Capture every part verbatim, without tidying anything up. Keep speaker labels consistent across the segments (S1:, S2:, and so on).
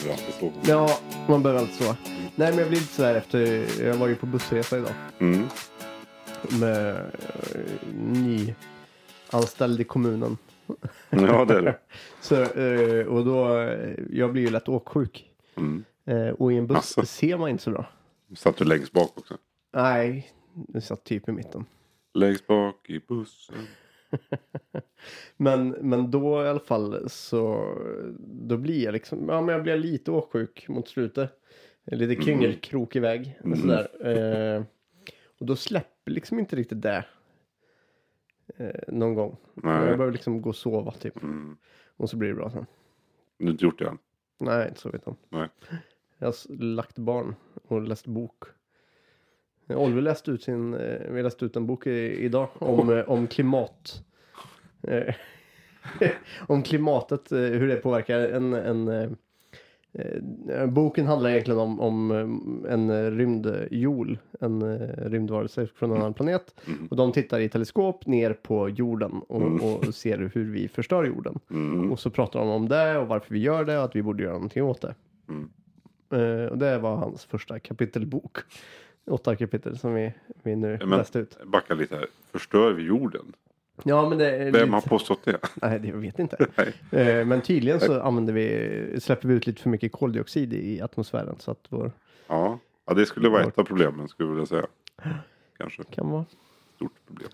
S1: du alltid sova.
S2: Ja, man behöver alltid sova. Mm. Nej, men jag blir lite sådär efter... Jag var ju på bussresa idag.
S1: Mm.
S2: Med uh, ny anställd i kommunen.
S1: Ja, det är det.
S2: Så, uh, och då... Jag blir ju lätt åksjuk.
S1: Mm.
S2: Uh, och i en buss
S1: Asså.
S2: ser man inte så bra.
S1: Satt du längst bak också?
S2: Nej, det satt typ i mitten.
S1: Längst bak i bussen.
S2: men, men då i alla fall så... Då blir jag liksom... Ja, men jag blir lite åksjuk mot slutet. Lite kringelkrok iväg.
S1: Mm.
S2: Sådär. Uh, och då släpper liksom inte riktigt det. Eh, någon gång.
S1: Nej.
S2: Jag behöver liksom gå och sova typ.
S1: Mm.
S2: Och så blir det bra sen.
S1: Du har inte gjort det än?
S2: Nej, inte så vet jag.
S1: Nej.
S2: Jag har lagt barn och läst bok. Oliver läste ut sin... Eh, vi läste ut en bok i, idag om, eh, om klimat. Eh, om klimatet, eh, hur det påverkar en... en eh, eh, boken handlar egentligen om, om en rymdjol. En eh, rymdvarelse från en annan planet.
S1: Mm.
S2: Och de tittar i teleskop ner på jorden och,
S1: Mm.
S2: och ser hur vi förstör jorden.
S1: Mm.
S2: Och så pratar de om det och varför vi gör det och att vi borde göra någonting åt det.
S1: Mm.
S2: Uh, och det var hans första kapitelbok. Åtta kapitel som vi, vi nu
S1: Men,
S2: läste ut.
S1: backa lite här. Förstör vi jorden?
S2: Ja, men det är
S1: Vem
S2: lite...
S1: har påstått det?
S2: Nej, det vet jag inte.
S1: Nej.
S2: Uh, men tydligen så använder vi, släpper vi ut lite för mycket koldioxid i atmosfären. Så att vår...
S1: Ja. ja, det skulle vara ett av problemen skulle jag vilja säga. Kanske.
S2: Kan vara.
S1: Stort problem.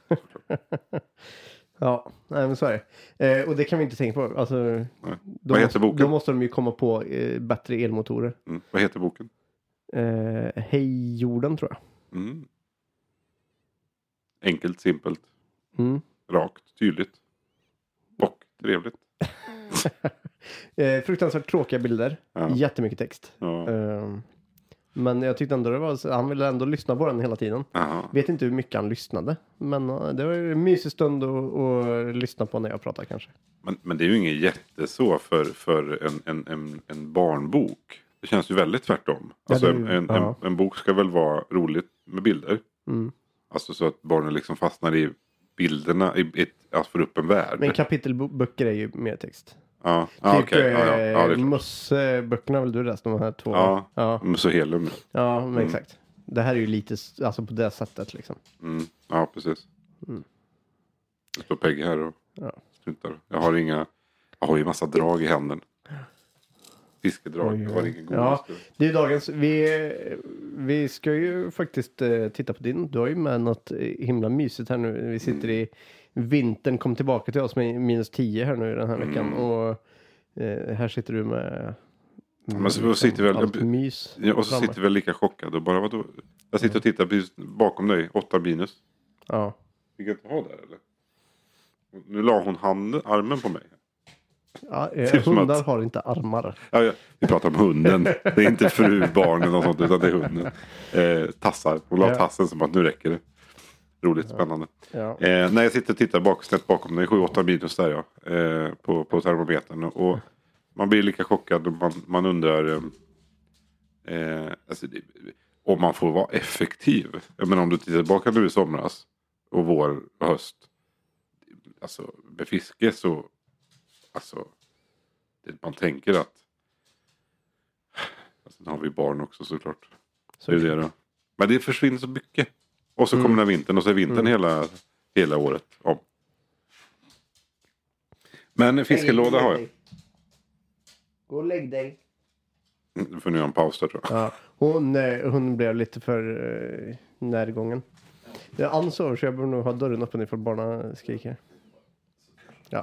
S2: Ja, nej men så är det. Eh, och det kan vi inte tänka på. Alltså,
S1: Nej.
S2: då,
S1: Vad heter
S2: måste,
S1: boken?
S2: då måste de ju komma på eh, bättre elmotorer.
S1: Mm. Vad heter boken?
S2: Eh, Hej jorden tror jag.
S1: Mm. Enkelt, simpelt,
S2: Mm.
S1: rakt, tydligt. Och trevligt.
S2: eh, fruktansvärt tråkiga bilder.
S1: Ja.
S2: Jättemycket text.
S1: Ja.
S2: Eh, men jag tyckte ändå det var... Han ville ändå lyssna på den hela tiden.
S1: Aha.
S2: Vet inte hur mycket han lyssnade. Men uh, det var en mysig stund att, att lyssna på när jag pratar kanske.
S1: Men, men det är ju ingen jätteså för, för en, en, en, en barnbok. Det känns ju väldigt tvärtom. Alltså
S2: Ja,
S1: en,
S2: det-
S1: en,
S2: ja.
S1: en, en bok ska väl vara roligt med bilder.
S2: Mm.
S1: Alltså så att barnen liksom fastnar i bilderna. I, i, att få upp en värld.
S2: Men kapitelböcker är ju mer text.
S1: Ja, ja
S2: Typ
S1: okej. Ja, ja. Ja, det är
S2: eh,
S1: klart.
S2: Musse-böckerna har väl du läst, de här två?
S1: Ja,
S2: Ja,
S1: men så helum.
S2: ja men
S1: Mm.
S2: exakt. Det här är ju lite, s- alltså på det sättet liksom.
S1: Mm. Ja, precis.
S2: Mm.
S1: Det står Peggy här och
S2: Ja.
S1: slutar. Jag har inga... Jag har ju massa drag i handen. Fiskedrag.
S2: Oj,
S1: Jag har
S2: oj.
S1: ingen god
S2: Ja.
S1: historia.
S2: Det är ju dagens, vi, vi ska ju faktiskt eh, titta på din. Du har ju med något eh, himla mysigt här nu. Vi sitter
S1: Mm.
S2: i vintern, kom tillbaka till oss med minus tio här nu den här veckan.
S1: Mm.
S2: Och eh, här sitter du med...
S1: Men så sitter väl-
S2: allt mys.
S1: Ja, och så
S2: framme.
S1: sitter vi lika chockade och bara vadå? Jag sitter och tittar precis bakom dig, åtta minus.
S2: Ja.
S1: Fick jag inte ha där eller? Nu la hon handen, armen på mig.
S2: Ja,
S1: Det
S2: eh,
S1: är som
S2: hundar
S1: att-
S2: har inte armar.
S1: Ja, ja, vi pratar om hunden. Det är inte fru, barnen och sånt utan det är hunden. Eh, tassar. Hon la
S2: Ja.
S1: tassen som att nu räcker det. Roligt, spännande.
S2: Ja.
S1: Eh, när jag sitter och tittar bak, snett bakom dig, sju åtta minus där ja. Eh, på, på termometern. Och man blir lika chockad och man, man undrar... Eh, eh, alltså det, om man får vara effektiv. Jag menar om du tittar tillbaka nu i somras. Och vår och höst. Alltså med fiske så... Alltså... Det, man tänker att... Alltså, nu har vi barn också såklart. Så är det då. Men det försvinner så mycket. Och så
S2: Mm.
S1: kommer den här vintern och så är vintern
S2: Mm.
S1: hela, hela året om. Men en fiskelåda har jag.
S2: Gå och lägg dig.
S1: Mm, Du får nu göra en paus där tror jag.
S2: Ja, hon, eh, hon blev lite för eh, närgången. Det är ansvar så jag behöver nog ha dörren öppen ifall barnen skriker. Ja.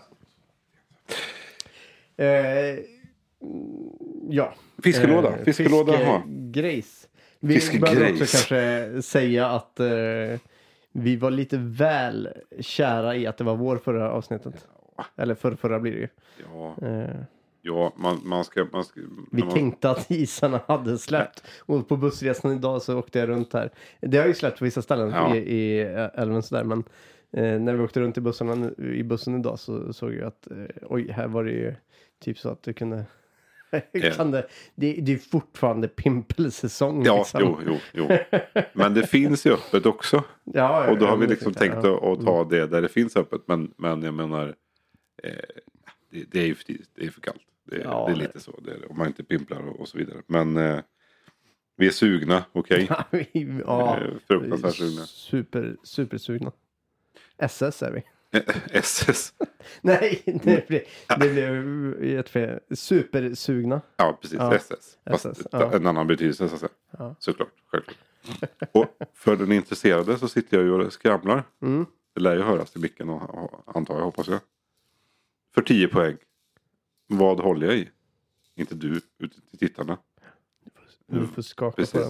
S2: Eh, mm, ja.
S1: Fiskelåda.
S2: Eh,
S1: Fiskelåda har.
S2: Fiskegrejs. Vi
S1: Fiskegrejs.
S2: behöver också kanske säga att eh, vi var lite väl kära i att det var vår förra avsnittet. Eller för förra blir det ju.
S1: Ja,
S2: Eh,
S1: ja man, man ska... Man ska
S2: Vi
S1: man,
S2: tänkte att isarna hade släppt. Och på bussresan idag så åkte jag runt här. Det har ju släppt på vissa ställen
S1: Ja.
S2: i, i älven sådär. Men eh, när vi åkte runt i bussen, i bussen idag så såg jag att eh, oj, här var det ju typ så att du kunde... kan det, det, det är fortfarande pimpelsäsong.
S1: Ja,
S2: liksom.
S1: jo, jo, jo. Men det finns ju öppet också.
S2: Ja,
S1: Och då
S2: ja,
S1: har vi
S2: men
S1: liksom
S2: det tänkte
S1: tänkt
S2: jag,
S1: att, att ta det där det finns öppet. Men, men jag menar, eh, det, det är ju för, tidigt, det är för kallt. Det, är-
S2: Ja,
S1: det är
S2: det-
S1: lite så. Det är, om man inte pimplar och, och så vidare. Men eh, vi är sugna, okej?
S2: ja,
S1: Eh, fruktansvärt sugna.
S2: super, supersugna. S S är vi.
S1: S S.
S2: Nej, det blev, det blev jättefel. Supersugna.
S1: Ja, precis.
S2: Ja.
S1: S S. Fast
S2: S S, ja.
S1: en annan betydelse så att säga.
S2: Ja.
S1: Såklart, självklart. Och för den intresserade så sitter jag ju och skramlar.
S2: Mm.
S1: Det lär ju höras i micken och, och, antar jag, hoppas jag. För tio poäng. Vad håller jag i? Inte du, utan till tittarna.
S2: Du får skaka
S1: Precis.
S2: på den.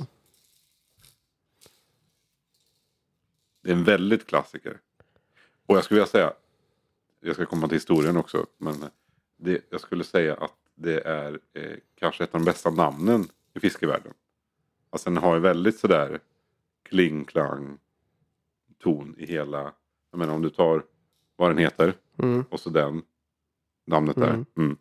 S1: Det är en väldigt klassiker. Och jag skulle vilja säga, jag ska komma till historien också, men det, jag skulle säga att det är eh, kanske ett av de bästa namnen i fiskevärlden. Alltså den har ju väldigt sådär kling, klang, ton i hela, jag menar om du tar vad den heter
S2: Mm.
S1: och så den, namnet där.
S2: Mm.
S1: Mm.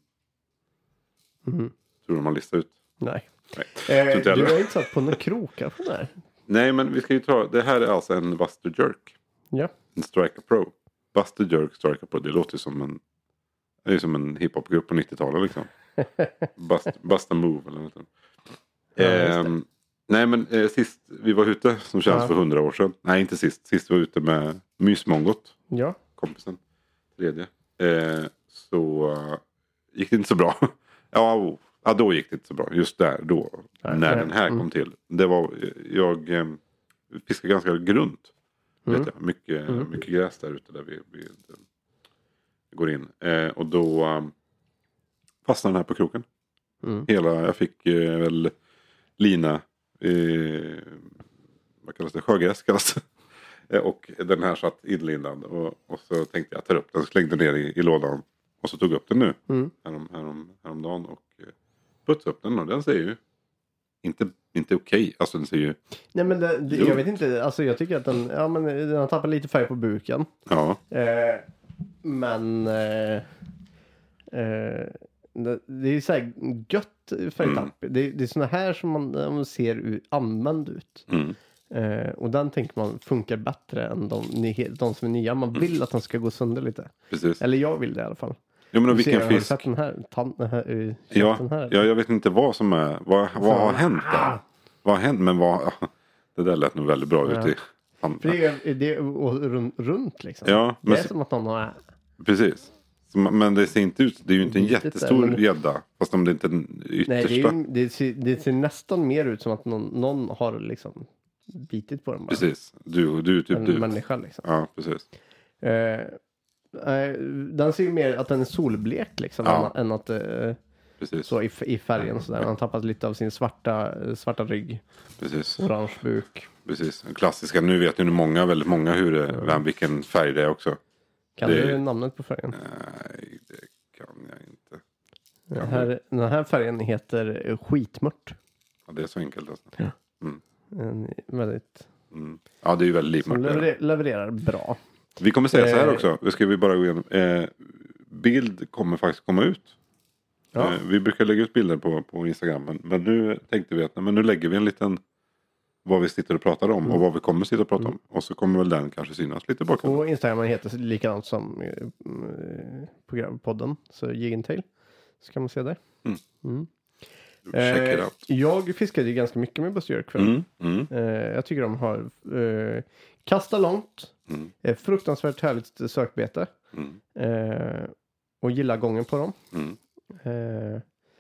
S2: Mm.
S1: Tror du man listar ut?
S2: Nej.
S1: Nej.
S2: Eh,
S1: inte jag
S2: du
S1: heller.
S2: har inte satt på några krokar på den här.
S1: Nej, men vi ska ju ta, det här är alltså en Buster Jerk.
S2: Ja.
S1: En Striker Pro. Buster Jerk Striker Pro. Det låter ju som en, det är ju som en hiphopgrupp på nittiotalet liksom. Bust, Bust a Move eller något sånt.
S2: Ja, just det.
S1: Ehm, nej men eh, sist vi var ute, som känns
S2: Ja.
S1: för hundra år sedan. Nej, inte sist. Sist vi var ute med Mysmongot,
S2: Ja.
S1: kompisen. Tredje. Eh, så uh, gick det inte så bra. ja, oh, ja, då gick det inte så bra. Just där, då.
S2: Nej,
S1: när
S2: nej.
S1: den här
S2: Mm.
S1: kom till. Det var, jag eh, fiskade ganska grunt.
S2: Mm.
S1: Vet jag. Mycket,
S2: Mm.
S1: mycket gräs där ute där vi, vi eh, går in. Eh, och då um, fastnade den här på kroken.
S2: Mm.
S1: Hela, jag fick eh, väl lina, eh, vad kallas det, sjögräs kallas det. Eh, och den här satt inlindad och, och så tänkte jag ta upp den, slängde ner i, i lådan. Och så tog jag upp den nu,
S2: Mm.
S1: härom, härom, häromdagen och eh, putsade upp den och den ser ju inte, inte okej. Alltså den ser ju,
S2: Nej men det, det,
S1: Jo.
S2: jag vet inte, alltså jag tycker att den, ja men den har tappat lite färg på buken.
S1: ja,
S2: Eh, men eh, eh, det, det är så här gött färgtapp.
S1: Mm.
S2: Det, det är såna här som man, man ser u- använd ut.
S1: mm,
S2: Eh, och den tänker man funkar bättre än de, ny- de som är nya. Man vill att de ska gå sönder lite.
S1: precis.
S2: Eller jag vill det i alla fall.
S1: Ja men och
S2: Du ser,
S1: vilken
S2: har du
S1: fisk.
S2: sett den här? Tan, den här, uh,
S1: Ja,
S2: den här?
S1: ja, jag vet inte vad som är, vad, vad har hänt
S2: Ah.
S1: där? Vad har hänt, men vad, det där lät nog väldigt bra
S2: Ja.
S1: ut i. Fan,
S2: För det är, det är och, runt, runt liksom.
S1: Ja,
S2: det
S1: men
S2: är
S1: så-
S2: som att någon har...
S1: precis. Så man- Men det ser inte ut, det är ju inte en
S2: Litet där,
S1: jättestor
S2: men-
S1: gädda. Fast om det inte är den yttersta.
S2: Nej, det, är ju, det, ser, det ser nästan mer ut som att någon, någon har liksom bitit på den bara.
S1: Precis, du, du typ
S2: En
S1: du.
S2: människa liksom.
S1: Ja, precis.
S2: Eh, eh, den ser ju mer att den är solblek liksom.
S1: Ja.
S2: Än, än att eh,
S1: Precis,
S2: så i, i färgen sådär. Den har tappat lite av sin svarta, eh, svarta rygg.
S1: precis,
S2: Orange buk.
S1: precis. Den klassiska, nu vet ju nu många, väldigt många hur det, vem, vilken färg det är också.
S2: Kan
S1: Det-
S2: du namnet på färgen?
S1: Nej, det kan jag inte.
S2: Den här, den här färgen heter eh, skitmört.
S1: Ja, det är så enkelt alltså.
S2: En väldigt...
S1: Mm. Ja, det är ju väldigt
S2: Som
S1: livmört.
S2: leverer, levererar bra.
S1: Vi kommer säga så här
S2: Eh.
S1: också. Nu ska vi bara gå igenom. Eh, bild kommer faktiskt komma ut.
S2: Ja.
S1: Eh, vi brukar lägga ut bilder på, på Instagram. Men, men nu tänkte vi att nej, men nu lägger vi en liten. Vad vi sitter och pratar om.
S2: Mm.
S1: Och vad vi kommer sitta och prata om. Och så kommer väl den kanske synas lite bakom.
S2: På Instagram heter likadant som eh, mm, programpodden. Så Jigentail. Så kan man se där.
S1: Mm.
S2: Mm.
S1: Check it
S2: Eh,
S1: out.
S2: jag fiskade ju ganska mycket med Buster Jerk förr.
S1: Mm, mm,
S2: Eh, jag tycker de har eh, kasta långt.
S1: mm,
S2: Eh, fruktansvärt härligt sökbete.
S1: mm,
S2: Eh, och gillar gången på dem.
S1: mm.
S2: Eh,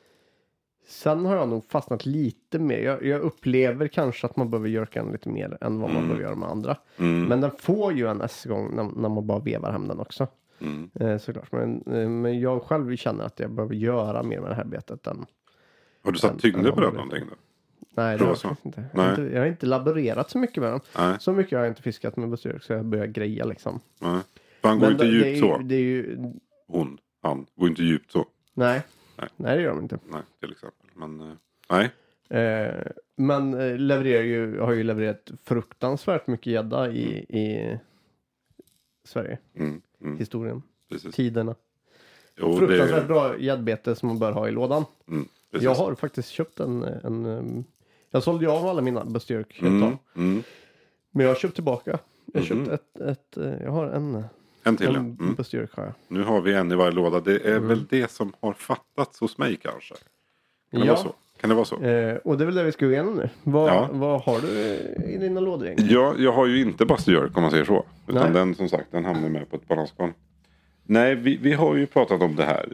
S2: sen har jag nog fastnat lite mer. Jag, jag upplever kanske att man behöver jerka den lite mer än vad man
S1: Mm.
S2: behöver göra med andra.
S1: Mm,
S2: Men den får ju en S-gång när, när man bara vevar hem den också.
S1: mm.
S2: Eh, såklart. Men, eh, men jag själv känner att jag behöver göra mer med det här betet än...
S1: Har du satt
S2: Men-
S1: tyngder på
S2: men-
S1: den någonting då?
S2: Nej, det
S1: Prova
S2: har jag
S1: så.
S2: faktiskt inte. Jag,
S1: Nej.
S2: har inte. jag har inte laborerat så mycket med den.
S1: Nej,
S2: Så mycket har jag inte fiskat med Buster Jerk så jag börjar greja liksom.
S1: nej. För han går
S2: Men
S1: inte
S2: det,
S1: djupt
S2: det är ju,
S1: så.
S2: det är ju...
S1: Hon, han, går inte djupt så.
S2: Nej.
S1: Nej.
S2: Nej, det gör de inte.
S1: Nej, till exempel. Men eh, nej.
S2: Eh, men eh, levererar ju, har ju levererat fruktansvärt mycket gädda i, i Sverige.
S1: Mm, mm,
S2: Historien.
S1: precis.
S2: Tiderna.
S1: Jo,
S2: Fruktansvärt
S1: det,
S2: bra gäddbete som man bör ha i lådan.
S1: mm, precis.
S2: Jag har faktiskt köpt en, en um, jag sålde ju av alla mina Buster Jerk ett
S1: Mm,
S2: tag.
S1: mm.
S2: Men jag har köpt tillbaka. Jag har
S1: Mhm.
S2: köpt ett, ett, eh, jag har en,
S1: En till, ja.
S2: En
S1: Mm.
S2: Buster har jag.
S1: Nu har vi en i varje låda. Det är
S2: Mm.
S1: väl det som har fattats hos mig kanske. Kan det
S2: Ja.
S1: vara så? Kan det vara så?
S2: Eh, och det är väl det vi ska gå igenom nu. Vad,
S1: Ja.
S2: vad har du i dina lådor egentligen?
S1: Ja, jag har ju inte Buster Jerk om man säger så. Utan
S2: Nej.
S1: den som sagt, den hamnar med på ett balansskal. Nej, vi, vi har ju pratat om det här.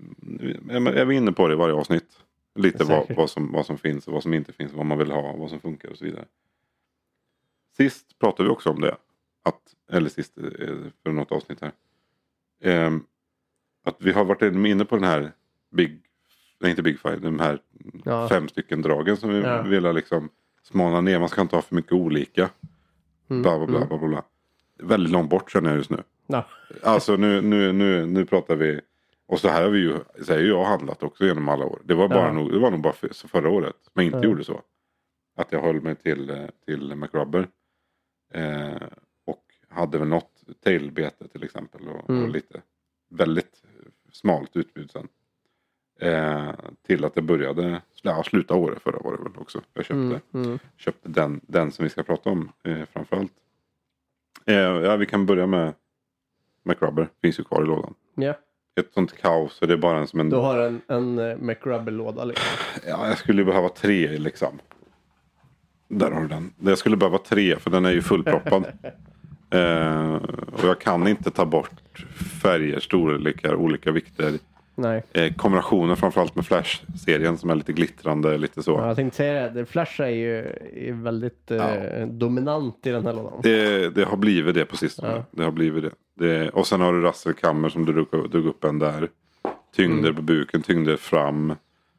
S1: Är vi inne på det i varje avsnitt? Lite vad, vad, som, vad som finns och vad som inte finns. Vad man vill ha och vad som funkar och så vidare. Sist pratade vi också om det. Att, eller sist eh, för något avsnitt här. Eh, att vi har varit inne på den här Big, nej inte Big Five, de här
S2: Ja.
S1: fem stycken dragen som vi
S2: Ja.
S1: vill ha liksom smala ner. Man ska inte ha för mycket olika.
S2: Mm.
S1: Bla bla bla
S2: Mm.
S1: bla bla. Väldigt långt bort känner jag just nu.
S2: Ja.
S1: Alltså nu, nu, nu, nu pratar vi. Och så här har vi ju, så har ju jag handlat också genom alla år. Det var bara
S2: Ja.
S1: nog, det var nog bara för, så förra året. Men inte
S2: Ja.
S1: gjorde så. Att jag höll mig till, eh, till McRubber. Eh, och hade väl något tailbete till exempel. Och,
S2: Mm.
S1: och lite väldigt smalt utbud sen. Eh, till att det började, ja, sluta året förra var det väl också. Jag köpte,
S2: Mm. Mm.
S1: köpte den, den som vi ska prata om eh, framförallt. Eh, ja, vi kan börja med McRubber. Finns ju kvar i lådan.
S2: Ja.
S1: Ett sånt kaos så det är bara en som en...
S2: Du har en, en uh, McRubber-låda liksom.
S1: Ja, jag skulle behöva tre liksom. Där har du den. Jag skulle behöva tre för den är ju fullproppad. eh, och jag kan inte ta bort färger, storlekar, olika vikter.
S2: Nej.
S1: Eh, kombinationer framförallt med Flash-serien som är lite glittrande, lite så.
S2: Ja, jag tänkte säga det. Flash är ju är väldigt
S1: Ja.
S2: eh, dominant i den här lådan.
S1: Det, det har blivit det på sistone.
S2: Ja.
S1: Det har blivit det. det. Och sen har du Rasselkammer som du drog, drog upp en där. Tyngder
S2: Mm.
S1: på buken, tyngder fram.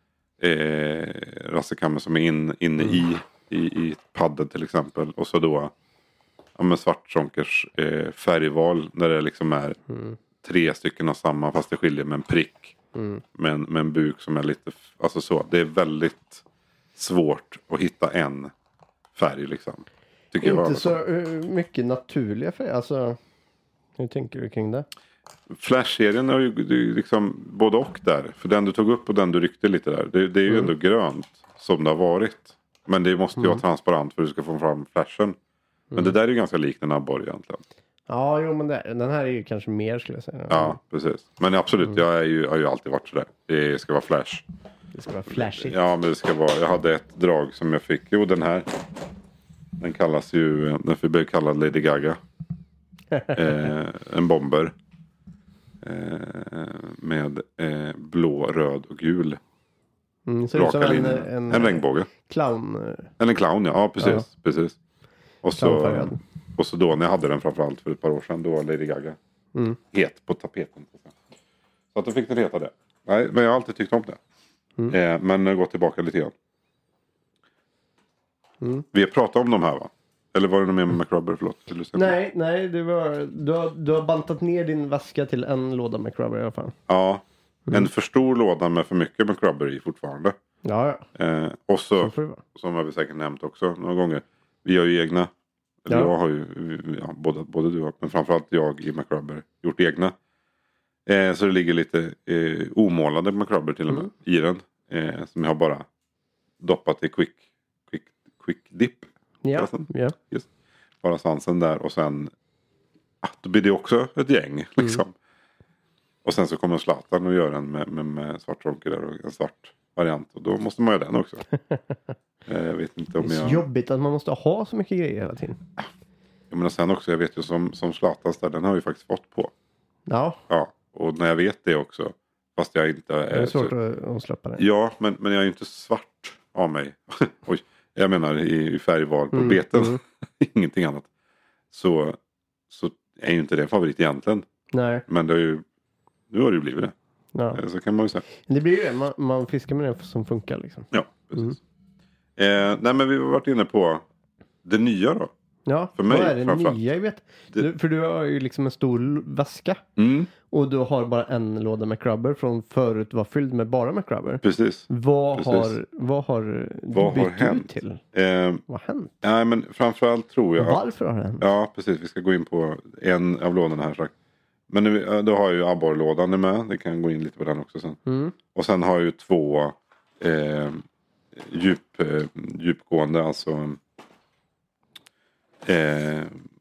S1: Eh, Rasselkammer som är in, inne
S2: Mm.
S1: i, i, i padden till exempel. Och så då ja, med Svartsonkers eh, färgval. Där det liksom är
S2: Mm.
S1: tre stycken av samma fast det skiljer med en prick.
S2: Mm.
S1: Med, en- med en buk som är lite, alltså så. Det är väldigt svårt att hitta en färg liksom. Tycker jag i alla
S2: Inte
S1: fall.
S2: så uh, mycket naturliga färger. Alltså, hur tänker du kring det?
S1: Flash-serien är ju det är ju liksom både och där. För den du tog upp och den du ryckte lite där. Det, det är ju
S2: Mm.
S1: ändå grönt som det har varit. Men det måste ju
S2: Mm.
S1: vara transparent för att du ska få fram flashen. Men
S2: Mm.
S1: det där är ju ganska likt en abborre egentligen.
S2: Ja, jo men det, den här är ju kanske mer skulle jag säga.
S1: Ja, precis. Men absolut,
S2: Mm.
S1: jag är ju, har ju alltid varit sådär. Det ska vara flash.
S2: Det ska vara flashigt.
S1: Ja, men det ska vara. Jag hade ett drag som jag fick. Jo, den här. Den kallas ju, den blev kallad Lady Gaga. eh, en bomber. Eh, med eh, blå, röd och gul.
S2: Mm, ser ut som
S1: Raka
S2: en,
S1: linjer.
S2: en,
S1: En regnbåge.
S2: clown. eh,
S1: Eller en clown, ja. Ja, precis.
S2: Ja.
S1: precis. Och, så,
S2: Clownfärgad.
S1: och så då när jag hade den framförallt för ett par år sedan. Då var Lady Gaga
S2: Mm.
S1: het på tapeten. Så att då fick den heta det. Nej, men jag har alltid tyckt om det.
S2: Mm.
S1: Eh, men jag går tillbaka lite grann.
S2: Mm.
S1: Vi har pratat om de här va? Eller var det något mer med McRubber? Förlåt. Vill du säga?
S2: Nej, nej, det var, du, har, du har bantat ner din väska till en låda McRubber i alla fall.
S1: Ja.
S2: Mm.
S1: En för stor låda med för mycket McRubber i fortfarande.
S2: Ja, ja.
S1: Eh, och
S2: Så
S1: så,
S2: får det vara.
S1: som har vi säkert nämnt också några gånger. Vi har ju egna. Eller
S2: Ja.
S1: jag har ju, ja, både, både du och, men framförallt jag i McRubber gjort egna. Eh, så det ligger lite eh, omålade McRubber till och med
S2: Mm.
S1: i den. Eh, som jag har bara doppat i quick, quick, quick dip.
S2: Ja,
S1: Alltså.
S2: ja.
S1: Just. Bara svansen där och sen ah, då blir det också ett gäng liksom.
S2: Mm.
S1: Och sen så kommer Zlatan och gör en med, med, med svart ronker där och en svart variant. Och då måste man göra den också. eh, jag vet inte om
S2: Det är så
S1: jag...
S2: jobbigt att man måste ha så mycket grejer hela tiden.
S1: Jag menar sen också, jag vet ju som, som Zlatans där, den har jag ju faktiskt fått på.
S2: Ja,
S1: Ja, och när jag vet det också. Fast jag inte
S2: det är
S1: är
S2: svårt
S1: så...
S2: att, att släppa det.
S1: Ja, men, men jag är ju inte svart av mig. Oj, jag menar i, i färgval på
S2: Mm,
S1: beten.
S2: mm.
S1: Ingenting annat. Så, så är ju inte det en favorit egentligen.
S2: Nej,
S1: Men det har ju, nu har det ju blivit det.
S2: ja.
S1: Eh, Så kan man ju säga.
S2: Det blir ju det. Man, man fiskar med det som funkar liksom.
S1: Ja, precis.
S2: Mm.
S1: Eh, nej men vi har varit inne på det nya då.
S2: Ja,
S1: För mig
S2: vad är det
S1: framförallt.
S2: nya? Jag vet.
S1: Det-
S2: Du, för du har ju liksom en stor l- väska.
S1: Mm,
S2: Och du har bara en låda McRubber från förut var fylld med bara McRubber.
S1: precis.
S2: Vad
S1: Precis.
S2: har, vad har du
S1: Vad har
S2: bytt ut
S1: hänt?
S2: till?
S1: Eh,
S2: Vad har hänt?
S1: nej men framförallt tror jag.
S2: Varför har det hänt?
S1: Ja, precis. Vi ska gå in på en av lådorna här strax. Men nu, eh, då har jag ju abborrlådan med. Det kan gå in lite på den också sen.
S2: Mm.
S1: Och sen har jag ju två eh, djup, eh, djupgående, alltså eh,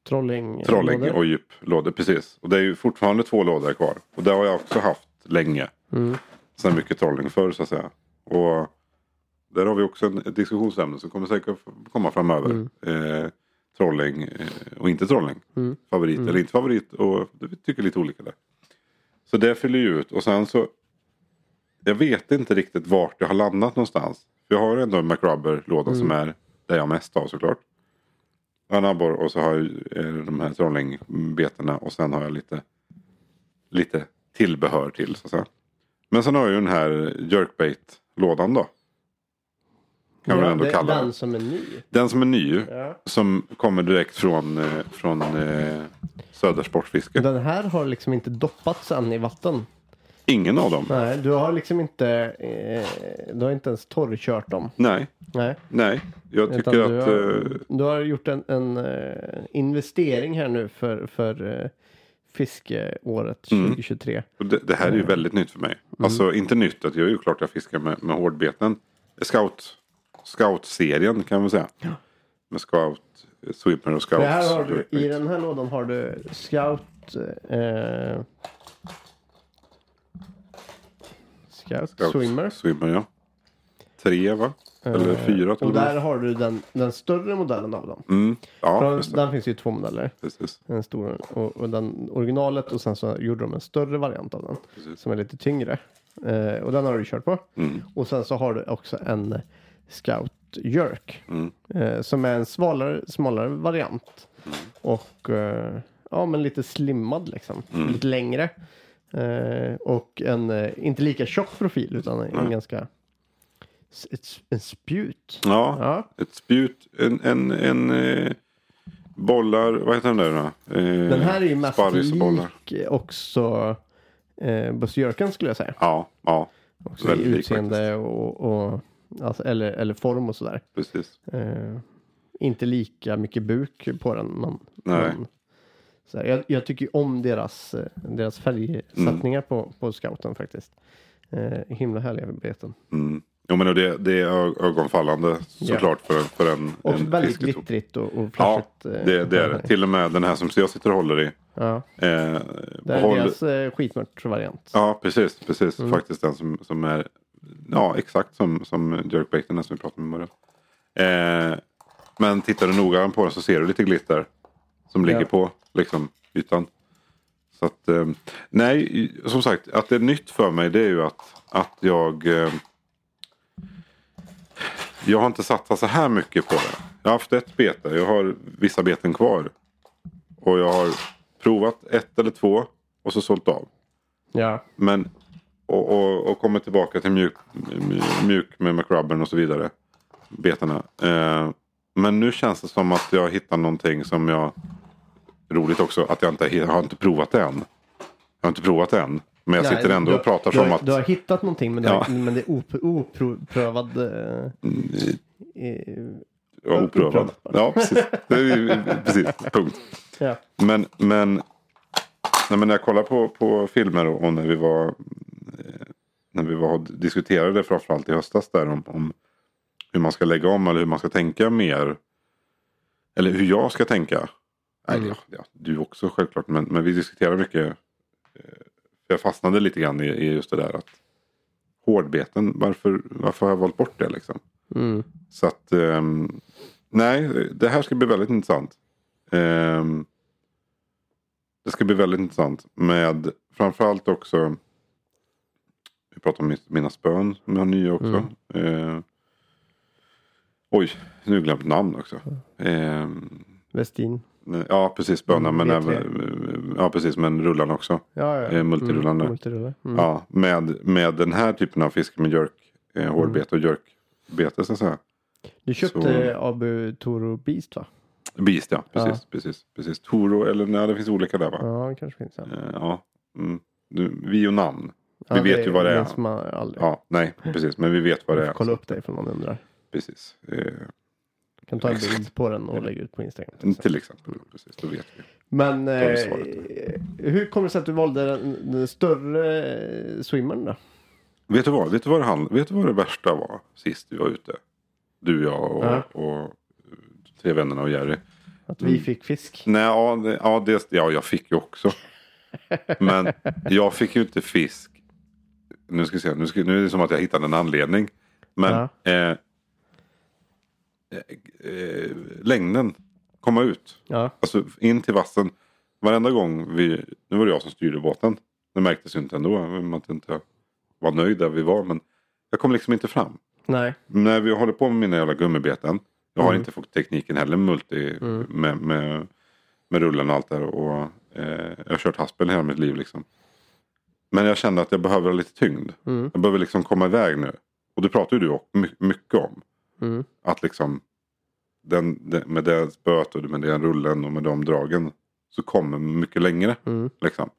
S2: Trolling.
S1: trolling
S2: lådor.
S1: och djuplådor, precis. Och det är ju fortfarande två lådor kvar. Och det har jag också haft länge.
S2: Mm.
S1: Sen mycket trolling förr så att säga. Och där har vi också en, ett diskussionsämne som kommer säkert komma framöver.
S2: Mm.
S1: Eh, trolling eh, och inte trolling.
S2: Mm.
S1: Favorit
S2: Mm.
S1: eller inte favorit. Och vi tycker lite olika där. Så det fyller ju ut. Och sen så. Jag vet inte riktigt vart jag har landat någonstans. För jag har ändå en McRubber-låda mm. som är där jag mest har såklart. En abborre och så har jag eh, de här trollingbetena. Och sen har jag lite, lite tillbehör till så att säga. Men sen har jag ju den här jerkbait-lådan då. Kan
S2: ja,
S1: man ändå
S2: det,
S1: kalla
S2: den
S1: den.
S2: som är ny.
S1: Den som är ny.
S2: Ja.
S1: Som kommer direkt från, eh, från eh, Södersportfiske.
S2: Den här har liksom inte doppats än i vatten.
S1: Ingen av dem.
S2: Nej, du har liksom inte eh, du har inte ens torrkört dem.
S1: Nej.
S2: Nej.
S1: Nej. Jag tycker
S2: du
S1: att...
S2: Har,
S1: eh,
S2: du har gjort en, en uh, investering här nu för, för uh, fiskeåret
S1: Mm.
S2: tjugo tjugotre.
S1: och det, det här är ju väldigt nytt för mig.
S2: Mm.
S1: Alltså inte nytt att jag är ju klart att jag fiskar med, med hårdbeten. Scout, Scout-serien kan man säga.
S2: Ja.
S1: Med Scout, Swimmer och Scout.
S2: Det här har du, I den här lådan har du Scout eh, Scout,
S1: Scout
S2: Swimmer.
S1: Swimmer, ja. Tre va? Eller
S2: Eh,
S1: fyra till
S2: och
S1: och med.
S2: där har du den, den större modellen av dem.
S1: Mm. Ja,
S2: Från,
S1: just det.
S2: där finns ju två modeller.
S1: Precis.
S2: En stor och, och den originalet och sen så gjorde de en större variant av den.
S1: Precis.
S2: Som är lite tyngre. Eh, och den har du kört på.
S1: Mm.
S2: Och sen så har du också en Scout Jerk.
S1: Mm.
S2: Eh, som är en smalare, smalare variant.
S1: Mm.
S2: Och eh, ja men lite slimmad liksom.
S1: Mm.
S2: Lite längre. Eh, och en eh, inte lika tjock profil utan en, en ganska s- ett, en spjut.
S1: Ja,
S2: Ja.
S1: ett spjut, en, en, en eh, bollar, vad heter den där då? Eh,
S2: Den här är ju mest
S1: sparrisbollar.
S2: lik också eh, bussjörken skulle jag säga.
S1: Ja, ja,
S2: Också
S1: väldigt
S2: i
S1: lik
S2: utseende och, och alltså, eller, eller form och sådär.
S1: precis.
S2: Eh, inte lika mycket buk på den. Men,
S1: Nej.
S2: men, så här, jag, jag tycker ju om deras, eh, deras färgsättningar på, på scouten faktiskt. Eh, himla härliga beten.
S1: Mm. Jo men det, det är ö- ögonfallande såklart för, för en,
S2: Och
S1: en
S2: väldigt
S1: fisketop.
S2: glittrigt och, och
S1: Ja,
S2: flashigt. eh,
S1: det, det är det. Till och med den här som jag sitter och håller i.
S2: Ja,
S1: Eh,
S2: det är
S1: håller-
S2: deras eh, skitmört-variant.
S1: Ja, precis. precis.
S2: Mm.
S1: Faktiskt den som, som är ja, exakt som, som jerkbaiten som vi pratade om i början. Eh, men tittar du noga på den så ser du lite glitter som ligger
S2: Ja.
S1: på liksom, ytan. Så att, eh, nej, som sagt, att det är nytt för mig det är ju att, att jag eh, jag har inte satsat så här mycket på det. Jag har haft ett bete, jag har vissa beten kvar. Och jag har provat ett eller två och så sålt av.
S2: Ja.
S1: Men och, och, och kommer tillbaka till mjuk, mjuk med McRubbern och så vidare. Betarna. Eh, men nu känns det som att jag hittar någonting som jag... Roligt också att jag inte jag har inte provat det än. Jag har inte provat det än. Men jag
S2: Nej,
S1: sitter ändå
S2: du,
S1: och pratar
S2: du,
S1: som
S2: har,
S1: att...
S2: du har hittat någonting men det,
S1: Ja.
S2: är, men det är op, oprövad. Eh, eh,
S1: Ja, oprövad.
S2: oprövad.
S1: Ja, precis. Det är ju, precis. Punkt.
S2: ja.
S1: Men, men, nej, men när jag kollar på, på filmer och, och när vi var eh, när vi var och diskuterade framförallt i höstas där om, om hur man ska lägga om eller hur man ska tänka mer. Eller hur jag ska tänka.
S2: Mm.
S1: Nej, ja, ja, du också självklart. Men, men vi diskuterar mycket. Eh, jag fastnade lite grann i, i just det där att hårdbeten, varför, varför har jag valt bort det liksom?
S2: Mm.
S1: Så att, ehm, nej, det här ska bli väldigt intressant. Ehm, det ska bli väldigt intressant med framförallt också, vi pratar om mina spön som jag har nya också.
S2: Mm.
S1: Ehm, oj, nu har jag glömt namn också. Ehm,
S2: Westin.
S1: ja, precis spöna,
S2: Mm,
S1: men
S2: V tre.
S1: även, ja precis, men rullarna också.
S2: Ja, ja.
S1: Eh, multirullande.
S2: Mm, multirullande. Mm.
S1: Ja, med, med den här typen av fiske med jerk, eh, hårdbete och jerkbete så att säga.
S2: Du köpte
S1: Så-
S2: Abu Toro Beast va?
S1: Beast, ja. Precis,
S2: Ja.
S1: precis, precis. Toro, eller nej, det finns olika där va?
S2: Ja, det kanske finns. Ja.
S1: Eh, ja. Mm. Du, vi och namn.
S2: Ja,
S1: vi vet ju vad det är.
S2: minns man aldrig.
S1: Ja, nej, precis. Men vi vet vad det
S2: Jag
S1: är.
S2: får kolla
S1: så-
S2: upp det ifall man undrar.
S1: Precis. Eh,
S2: Jag kan ta en bild på den och lägga ut på Instagram.
S1: till exempel. Precis, då vet vi.
S2: Men
S1: har vi
S2: eh,
S1: svaret.
S2: hur kommer det sig att du valde den, den större eh, swimmern då?
S1: Vet du vad? Vet du vad, det hand... vet du vad det värsta var sist vi var ute? Du, jag och,
S2: Ja.
S1: och tre vännerna och Jerry.
S2: Att vi fick fisk.
S1: Nej, ja, det, ja, det, ja, jag fick ju också. Men jag fick ju inte fisk. Nu ska vi se, nu, ska, nu är det som att jag hittade en anledning. Men
S2: Ja.
S1: eh, eh, längden komma ut.
S2: Ja.
S1: Alltså in till vassen. Varenda gång vi, nu var det jag som styrde båten. Det märktes ju inte ändå. Att inte var nöjd där vi var. Men jag kom liksom inte fram.
S2: Nej.
S1: När vi håller på med mina jävla gummibeten. Jag har
S2: Mm.
S1: inte fått tekniken heller multi
S2: Mm.
S1: med, med, med rullen och allt där. Och eh, jag har kört haspel hela mitt liv liksom. Men jag kände att jag behöver lite tyngd.
S2: Mm.
S1: Jag behöver liksom komma iväg nu. Och det pratar ju du my- mycket om.
S2: Mm.
S1: Att liksom den, den, med det spöet och med den rullen och med de dragen så kommer mycket längre.
S2: Mm.
S1: Liksom.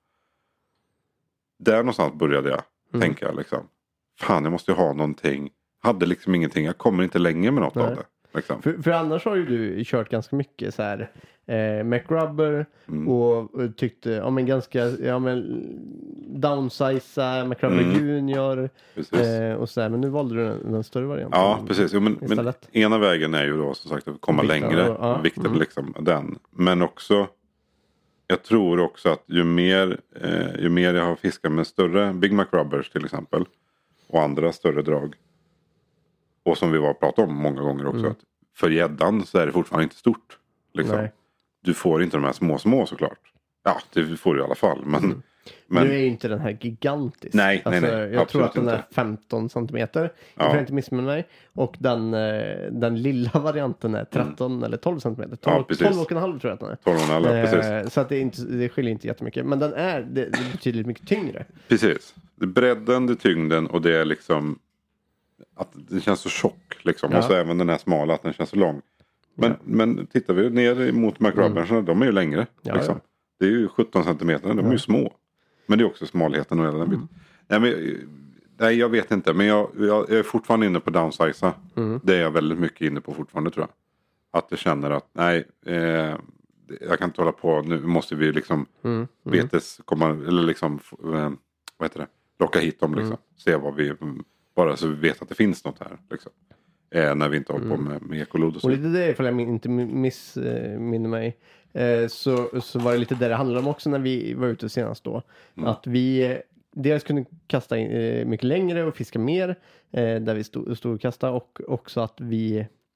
S1: Där någonstans började jag
S2: Mm.
S1: tänka liksom. Fan, jag måste ju ha någonting. Hade liksom ingenting. Jag kommer inte längre med något
S2: Nej.
S1: av det. Liksom.
S2: För, för annars har ju du kört ganska mycket så här eh, MacRubber
S1: Mm.
S2: och, och tyckte, ja men ganska, ja men downsiza MacRubber
S1: Mm.
S2: Junior
S1: Precis.
S2: eh, och så här, men nu valde du den, den större varianten.
S1: Ja, precis. Jo, men, men
S2: istället.
S1: ena vägen är ju då som sagt att komma
S2: Vikten,
S1: längre.
S2: ja.
S1: Vikten
S2: Mm.
S1: liksom den. Men också, jag tror också att ju mer, eh, ju mer jag har fiskat med större Big Mac Rubbers till exempel. Och andra större drag. Och som vi var och pratade om många gånger också.
S2: Mm.
S1: Att för gäddan så är det fortfarande inte stort. Liksom.
S2: Nej.
S1: Du får inte de här små små såklart. Ja, det får du i alla fall. Men,
S2: Mm.
S1: men
S2: Nu är ju inte den här gigantisk.
S1: Nej, nej,
S2: alltså,
S1: nej,
S2: Jag tror
S1: absolut
S2: att den är
S1: inte.
S2: femton centimeter.
S1: Ja.
S2: Jag får inte missminna mig. Och den, eh, den lilla varianten är tretton eller tolv centimeter. tolv,
S1: Ja, precis.
S2: tolv och en halv tror jag att den är.
S1: tolv och en halv, precis.
S2: Eh, så att det, är inte, det skiljer inte jättemycket. Men den är, det, det är betydligt mycket tyngre.
S1: Precis. Det är bredden, det är tyngden och det är liksom att det känns så tjock liksom.
S2: Ja.
S1: Och så även den här smala att den känns så lång. Men,
S2: Ja.
S1: men tittar vi ner mot MacRubbersen, mm. de är ju längre.
S2: Ja,
S1: liksom.
S2: ja.
S1: Det är ju sjutton centimeter, de är
S2: Ja.
S1: ju små. Men det är också smalheten och hela den biten. Nej, men, nej, jag vet inte. Men jag, jag, jag är fortfarande inne på downsiza.
S2: Mm.
S1: Det är jag väldigt mycket inne på fortfarande tror jag. Att jag känner att nej, eh, jag kan inte hålla på. Nu måste vi liksom
S2: Mm. Mm.
S1: betes komma, eller liksom, eh, vad heter det? Locka hit dem liksom.
S2: Mm.
S1: Se vad vi, bara så vi vet att det finns något här liksom. Eh, när vi inte håller på
S2: Mm.
S1: med, med ekolod och så.
S2: Och lite det, ifall jag min- inte missminner mig, eh, så, så var det lite det det handlade om också när vi var ute senast då.
S1: Mm.
S2: Att vi eh, dels kunde kasta in, eh, mycket längre och fiska mer eh, där vi stod, stod och kastade, och också att vi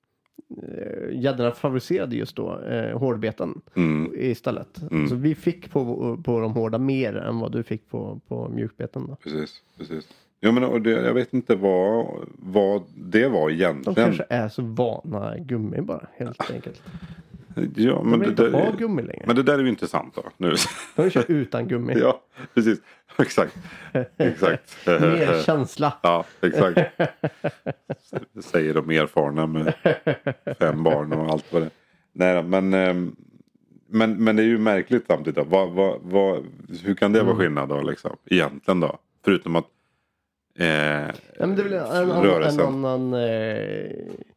S2: eh, gäddorna favoriserade just då eh, hårdbeten
S1: Mm.
S2: istället.
S1: Mm.
S2: Så vi fick på, på de hårda mer än vad du fick på, på mjukbeten då.
S1: Precis, precis. Ja, men och det, jag vet inte vad, vad det var
S2: De
S1: egentligen.
S2: kanske är så vana gummi bara, helt enkelt.
S1: Ja,
S2: De
S1: men
S2: vill
S1: det,
S2: inte
S1: där,
S2: ha
S1: är-
S2: gummi längre.
S1: men det där är ju intressant då. Nu.
S2: De kör utan gummi.
S1: Ja, precis. Exakt. Exakt.
S2: Mer känsla.
S1: Ja, exakt. Det säger de erfarna med fem barn och allt vad det är. Nej, men, ehm, men, men det är ju märkligt samtidigt. Då. Vad, vad, vad, hur kan det vara skillnad då liksom? Egentligen då? Förutom att eh,
S2: Ja, men det är väl en, en,
S1: rörelsen.
S2: en annan eh,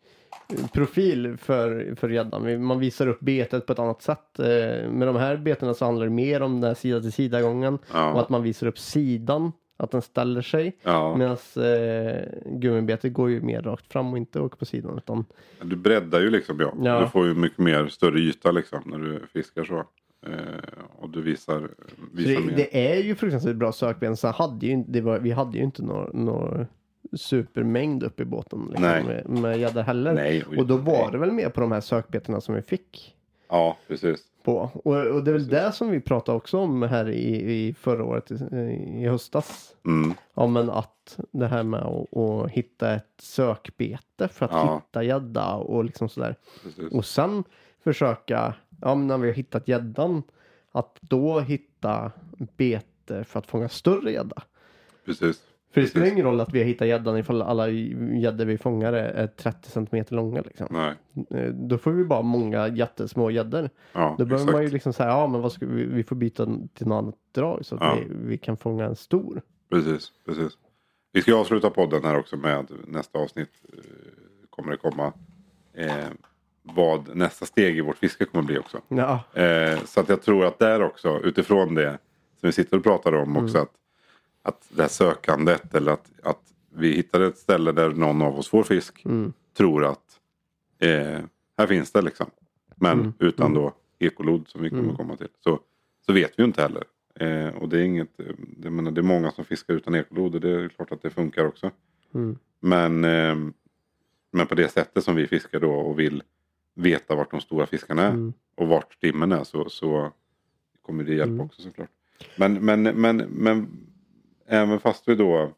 S2: profil för, för gäddan. Vi- Man visar upp betet på ett annat sätt. Eh, med de här betena så handlar det mer om den här sida till sida gången.
S1: Ja.
S2: Och att man visar upp sidan. Att den ställer sig.
S1: Ja,
S2: Medan eh, gummibetet går ju mer rakt fram och inte åker på sidan. Utan,
S1: du breddar ju liksom, ja.
S2: Ja.
S1: Du får ju mycket mer större yta liksom när du fiskar så. Eh, och du visar,
S2: så
S1: visar
S2: det,
S1: mer.
S2: det är ju fruktansvärt bra sökben. Så hade ju, inte- det var, vi hade ju inte någon nå supermängd upp i båten liksom,
S1: Nej.
S2: med, med gäddor heller.
S1: Nej,
S2: Och då var
S1: nej.
S2: det väl mer på de här sökbetena som vi fick
S1: Ja, precis.
S2: på. Och, och det är väl
S1: Precis.
S2: det som vi pratade också om här i, i förra året, i, i höstas.
S1: Mm.
S2: Ja, men att det här med att, att hitta ett sökbete för att
S1: Ja.
S2: hitta gädda och liksom sådär.
S1: precis.
S2: Och sen försöka, ja men när vi har hittat gäddan, att då hitta bete för att fånga större gädda.
S1: Precis.
S2: För det spelar
S1: Precis.
S2: ingen roll att vi har hittat gäddan ifall alla gäddor vi fångar är trettio centimeter långa liksom.
S1: Nej.
S2: Eh, Då får vi bara många jättesmå gäddor.
S1: Ja,
S2: Då behöver
S1: exakt.
S2: man ju liksom säga, ja men vad ska vi, vi får byta till något annat drag så att
S1: Ja.
S2: vi, vi kan fånga en stor.
S1: Precis, precis. Vi ska avsluta podden här också med nästa avsnitt. eh, Kommer det komma eh, vad nästa steg i vårt fiske kommer bli också.
S2: Ja,
S1: Eh, så att jag tror att där också, utifrån det som vi sitter och pratar om också, att, att det här sökandet eller att, att vi hittar ett ställe där någon av oss får fisk,
S2: mm.
S1: tror att eh, här finns det liksom. Men
S2: Mm.
S1: utan
S2: Mm.
S1: då ekolod som vi kommer
S2: Mm.
S1: komma till. Så, så vet vi ju inte heller. Eh, och det är inget, det, menar, det är många som fiskar utan ekolod och det är klart att det funkar också.
S2: Mm.
S1: Men, eh, men på det sättet som vi fiskar då och vill veta vart de stora fiskarna är
S2: Mm.
S1: och vart stimmen är så, så kommer det hjälpa
S2: Mm.
S1: också såklart. Men, men, men, men även fast vi då...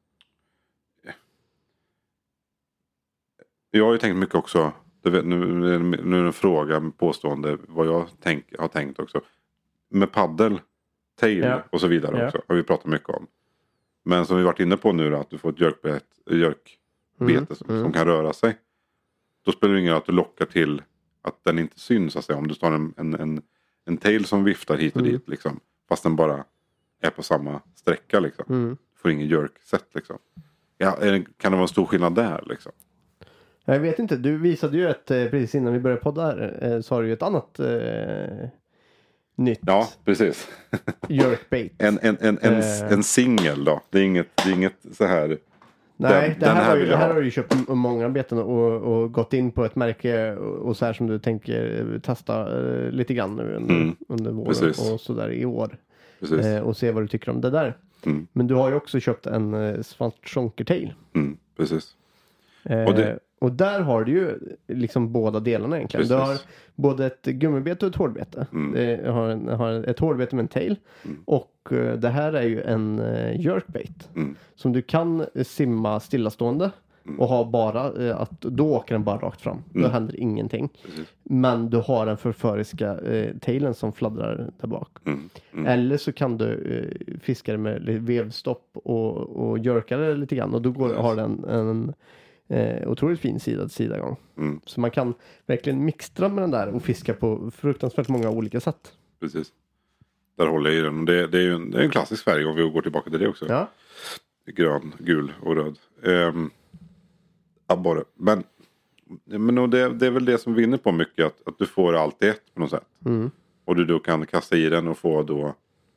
S1: Jag har ju tänkt mycket också, du vet, nu, nu är det en fråga, påstående, vad jag tänk, har tänkt också. Med paddel, tail
S2: Ja.
S1: och så vidare
S2: Ja.
S1: också, har vi pratat mycket om. Men som vi varit inne på nu då, att du får ett jerkbete, jerkbete
S2: Mm.
S1: som,
S2: Mm.
S1: som kan röra sig. Då spelar det ingen roll att du lockar till att den inte syns, alltså, om du tar en, en, en, en tail som viftar hit och
S2: Mm.
S1: dit liksom. Fast den bara är på samma sträcka liksom.
S2: Mm.
S1: Du får ingen jerk-set liksom. Ja, är det, kan det vara en stor skillnad där liksom?
S2: Jag vet inte, du visade ju ett, eh, precis innan vi började podda här, eh, så har du ju ett annat eh, nytt
S1: Ja, precis.
S2: jerkbait.
S1: En, en, en, en,
S2: Eh.
S1: en singel då. Det är inget, det är inget så här.
S2: Nej,
S1: den-
S2: det
S1: den
S2: här,
S1: här
S2: var ju,
S1: vill
S2: det
S1: jag
S2: här
S1: ha.
S2: har du ju köpt m- många beten och, och gått in på ett märke och, och så här som du tänker eh, testa eh, lite grann nu under,
S1: Mm,
S2: under våren
S1: precis.
S2: och så där i år.
S1: Precis.
S2: Eh, och se vad du tycker om det där.
S1: Mm,
S2: Men du har ju också köpt en eh, svart shonkertail.
S1: mm, precis.
S2: Eh,
S1: Och
S2: och,
S1: det-
S2: där har du ju liksom båda delarna egentligen. Du har
S1: Precis.
S2: både ett gummibete och ett hårdbete.
S1: Mm.
S2: Det har, en, har ett hårdbete med en tail.
S1: Mm.
S2: Och eh, det här är ju en uh, jerkbait.
S1: Mm,
S2: Som du kan eh, simma stillastående.
S1: Mm.
S2: Och ha bara eh, att då åker den bara rakt fram. Då
S1: Mm.
S2: händer ingenting.
S1: precis.
S2: Men du har den förföriska eh, tailen som fladdrar där bak.
S1: Mm, mm,
S2: Eller så kan du eh, fiska det med lite vevstopp och, och jerka det lite grann. Och då går, har den en eh, otroligt fin sida till sida gång.
S1: mm,
S2: Så man kan verkligen mixtra med den där och fiska på fruktansvärt många olika sätt.
S1: precis. Där håller jag i den. Det, det är ju en, det är en klassisk färg om vi går tillbaka till det också.
S2: Ja.
S1: Grön, gul och röd. Um, abborre. Men, men och det, det är väl det som vinner på mycket. Att, att du får allt i ett på något sätt.
S2: Mm.
S1: Och du då kan kasta i den och få då.